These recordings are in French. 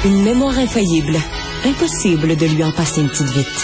Une mémoire infaillible. Impossible de lui en passer une petite vite.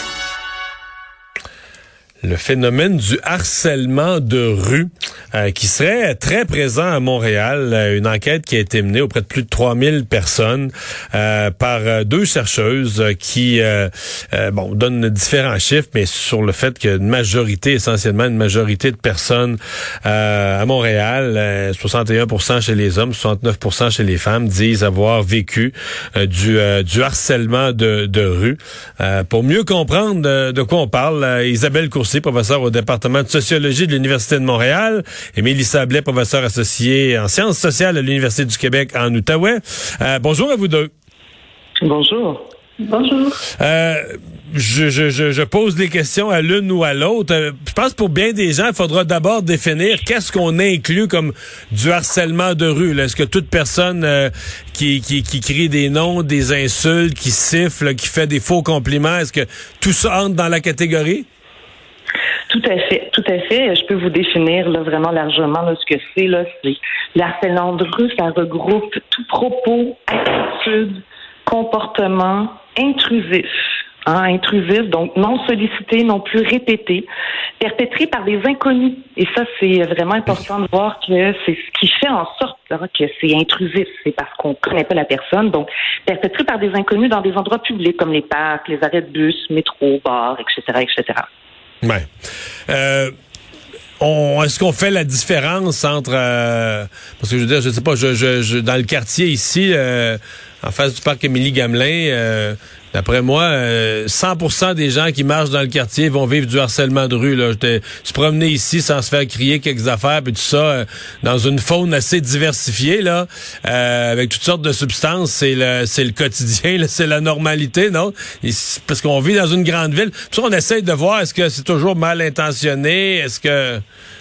Le phénomène du harcèlement de rue qui serait très présent à Montréal. Une enquête qui a été menée auprès de plus de 3000 personnes par deux chercheuses qui donnent différents chiffres, mais sur le fait qu'une majorité, essentiellement une majorité de personnes à Montréal, 61% chez les hommes, 69% chez les femmes, disent avoir vécu du harcèlement de rue. Pour mieux comprendre de quoi on parle, Isabelle Coursier, professeure au département de sociologie de l'Université de Montréal, et Mélissa Blais, professeure associée en sciences sociales à l'Université du Québec en Outaouais. Bonjour à vous deux. Bonjour. Bonjour. Je pose les questions à l'une ou à l'autre. Je pense que pour bien des gens, il faudra d'abord définir qu'est-ce qu'on inclut comme du harcèlement de rue. Là. Est-ce que toute personne qui crie des noms, des insultes, qui siffle, qui fait des faux compliments, est-ce que tout ça entre dans la catégorie? Tout à fait, tout à fait. Je peux vous définir là, vraiment largement là, ce que c'est. Là, c'est le harcèlement de rue, ça regroupe tout propos, attitude, comportement intrusif. Intrusif, donc non sollicité, non plus répété, perpétré par des inconnus. Et ça, c'est vraiment important de voir que c'est ce qui fait en sorte là, que c'est intrusif. C'est parce qu'on ne connaît pas la personne. Donc, perpétré par des inconnus dans des endroits publics comme les parcs, les arrêts de bus, métro, bars, etc., etc. Ouais. Est-ce qu'on fait la différence entre parce que je veux dire, je sais pas, je dans le quartier ici, en face du parc Émilie-Gamelin, d'après moi, 100% des gens qui marchent dans le quartier vont vivre du harcèlement de rue. Là, se promener ici sans se faire crier quelques affaires puis tout ça, dans une faune assez diversifiée là, avec toutes sortes de substances, c'est le quotidien, là, c'est la normalité, non? Parce qu'on vit dans une grande ville. Puis ça, on essaye de voir est-ce que c'est toujours mal intentionné, est-ce que...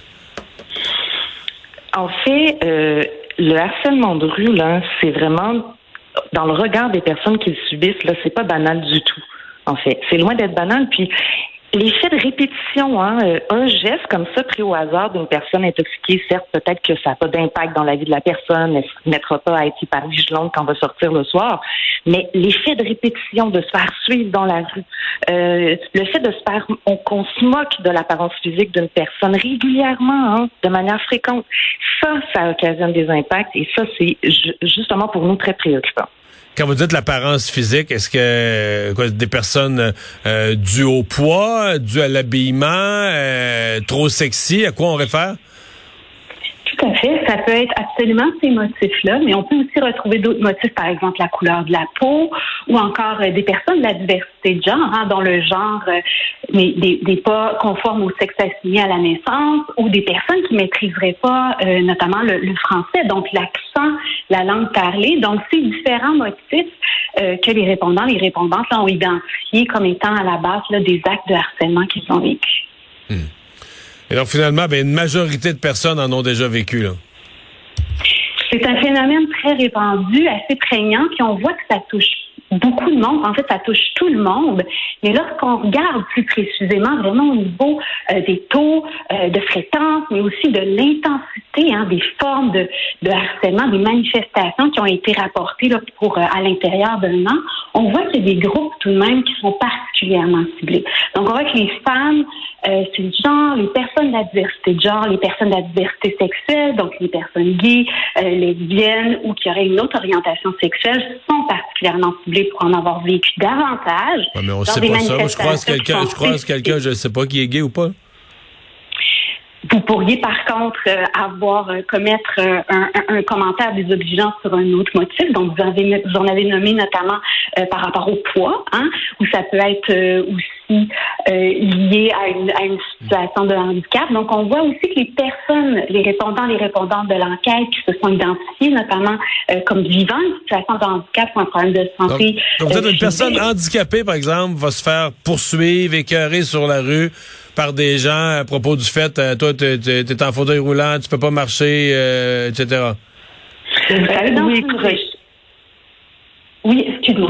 En fait, le harcèlement de rue là, c'est vraiment dans le regard des personnes qui le subissent, là, c'est pas banal du tout, en fait. C'est loin d'être banal. Puis, l'effet de répétition, un geste comme ça pris au hasard d'une personne intoxiquée, certes, peut-être que ça n'a pas d'impact dans la vie de la personne, elle ne se mettra pas à être hyper vigilante quand on va sortir le soir, mais l'effet de répétition, de se faire suivre dans la rue, le fait de se faire, qu'on se moque de l'apparence physique d'une personne régulièrement, de manière fréquente, ça occasionne des impacts et ça, c'est justement pour nous très préoccupant. Quand vous dites l'apparence physique, est-ce que des personnes dues au poids, dues à l'habillement, trop sexy, à quoi on réfère? Tout à fait. Ça peut être absolument ces motifs-là, mais on peut aussi retrouver d'autres motifs, par exemple la couleur de la peau ou encore des personnes de la diversité de genre, dont le genre mais des pas conformes au sexe assigné à la naissance ou des personnes qui maîtriseraient pas notamment le français, donc l'accent, la langue parlée. Donc, c'est différents motifs que les répondants, les répondantes là, ont identifiés comme étant à la base là, des actes de harcèlement qu'ils ont vécu. Et donc, finalement, une majorité de personnes en ont déjà vécu, là. C'est un phénomène très répandu, assez prégnant, puis on voit que ça touche beaucoup de monde. En fait, ça touche tout le monde. Mais lorsqu'on regarde plus précisément, vraiment au niveau des taux de fréquence, mais aussi de l'intensité des formes de harcèlement, des manifestations qui ont été rapportées là, à l'intérieur d'un an, on voit qu'il y a des groupes tout de même qui sont particulièrement ciblés. Donc, on voit que les femmes, c'est le genre, les personnes de la diversité de genre, les personnes de la diversité sexuelle, donc les personnes gays, lesbiennes ou qui auraient une autre orientation sexuelle sont particulièrement ciblées pour en avoir vécu davantage. Ouais, mais on sait pas ça. Moi, je croise quelqu'un, je ne sais pas qui est gay ou pas. Vous pourriez, par contre, commettre un commentaire désobligeant sur un autre motif. Donc, vous en avez nommé notamment par rapport au poids, où ça peut être aussi lié à une situation de handicap. Donc, on voit aussi que les personnes, les répondantes de l'enquête qui se sont identifiés, notamment comme vivant une situation de handicap ou un problème de santé. Donc vous êtes une personne handicapée, par exemple, va se faire poursuivre, écœurer sur la rue par des gens à propos du fait, toi, t'es en fauteuil roulant, tu peux pas marcher, etc. Oui, excuse-moi.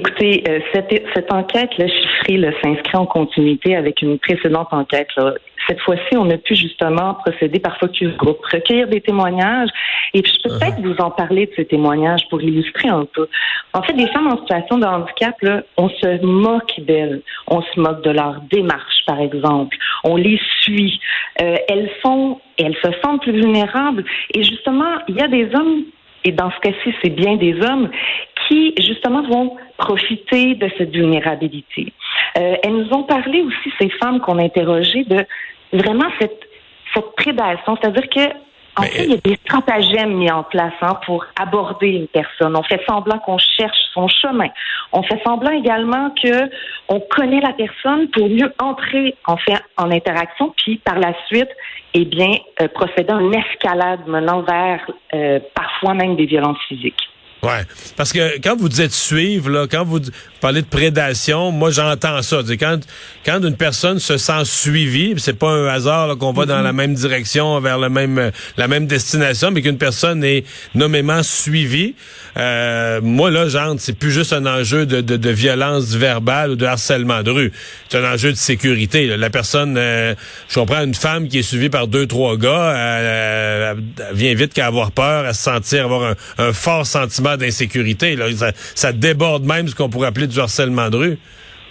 Écoutez, cette enquête-là chiffrée là, s'inscrit en continuité avec une précédente enquête là, cette fois-ci, on a pu justement procéder par focus group, recueillir des témoignages. Et puis, je peux peut-être vous en parler de ces témoignages pour illustrer un peu. En fait, des femmes en situation de handicap, là, on se moque d'elles. On se moque de leur démarche, par exemple. On les suit. Elles se sentent plus vulnérables. Et justement, il y a des hommes, et dans ce cas-ci, c'est bien des hommes, qui, justement, vont profiter de cette vulnérabilité. Elles nous ont parlé aussi, ces femmes qu'on a interrogées, de vraiment cette prédation. C'est-à-dire que en fait, il y a des stratagèmes mis en place pour aborder une personne. On fait semblant qu'on cherche son chemin. On fait semblant également que on connaît la personne pour mieux entrer en interaction, puis par la suite, procéder à une escalade menant vers parfois même des violences physiques. Ouais, parce que quand vous dites suivre, là, quand vous parlez de prédation, moi j'entends ça. Quand une personne se sent suivie, c'est pas un hasard là, qu'on va dans la même direction, vers la même destination, mais qu'une personne est nommément suivie. Moi là, c'est plus juste un enjeu de violence verbale ou de harcèlement de rue. C'est un enjeu de sécurité. Là. La personne, je comprends, une femme qui est suivie par 2-3 gars, elle vient vite qu'à avoir peur, à se sentir, avoir un fort sentiment d'insécurité. Là. Ça déborde même ce qu'on pourrait appeler du harcèlement de rue.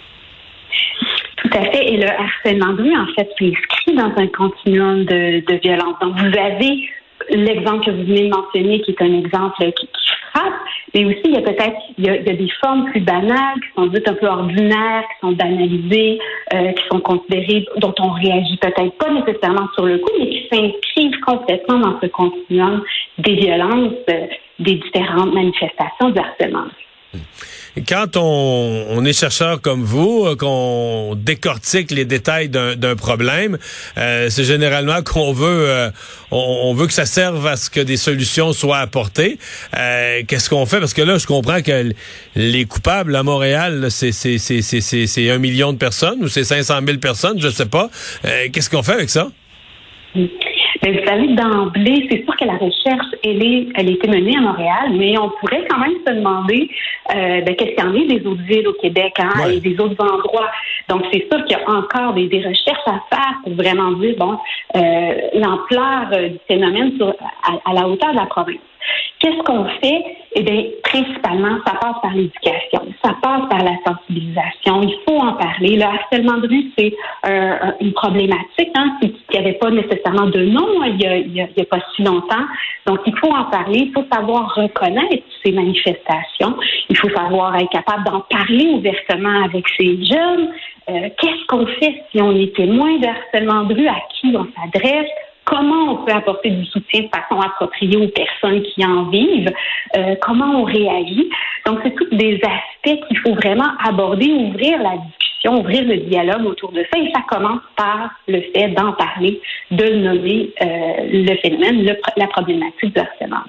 Tout à fait. Et le harcèlement de rue, en fait, s'inscrit dans un continuum de violence. Donc, vous avez l'exemple que vous venez de mentionner, qui est un exemple qui frappe, mais aussi, il y a des formes plus banales, qui sont dites un peu ordinaires, qui sont banalisées, qui sont considérées, dont on réagit peut-être pas nécessairement sur le coup, mais qui s'inscrivent complètement dans ce continuum des violences, des différentes manifestations du harcèlement. Quand on est chercheur comme vous, qu'on décortique les détails d'un problème, c'est généralement qu'on veut on veut que ça serve à ce que des solutions soient apportées. Qu'est-ce qu'on fait? Parce que là, je comprends que les coupables à Montréal, là, c'est 1 million de personnes ou c'est 500 000 personnes, je sais pas. Qu'est-ce qu'on fait avec ça? Bien, vous savez, d'emblée, c'est sûr que la recherche, elle a été menée à Montréal, mais on pourrait quand même se demander qu'est-ce qu'il y en a des autres villes au Québec et des autres endroits. Donc, c'est sûr qu'il y a encore des recherches à faire pour vraiment dire, l'ampleur du phénomène à la hauteur de la province. Qu'est-ce qu'on fait? Eh bien, principalement, ça passe par l'éducation, ça passe par la sensibilisation. Il faut en parler. Le harcèlement de rue, c'est une problématique qui n'avait pas nécessairement de nom il y a pas si longtemps. Donc, il faut en parler. Il faut savoir reconnaître ces manifestations. Il faut savoir être capable d'en parler ouvertement avec ces jeunes. Qu'est-ce qu'on fait si on est témoin de harcèlement de rue? À qui on s'adresse? Comment on peut apporter du soutien de façon appropriée aux personnes qui en vivent? Comment on réagit? Donc, c'est tous des aspects qu'il faut vraiment aborder, ouvrir la discussion, ouvrir le dialogue autour de ça. Et ça commence par le fait d'en parler, de nommer le phénomène, la problématique du harcèlement.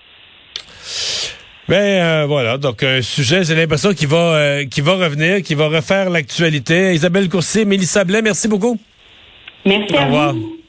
Ben voilà, donc un sujet, j'ai l'impression qu'il va revenir, qu'il va refaire l'actualité. Isabelle Coursier, Mélissa Blais, merci beaucoup. Merci à vous. Au revoir.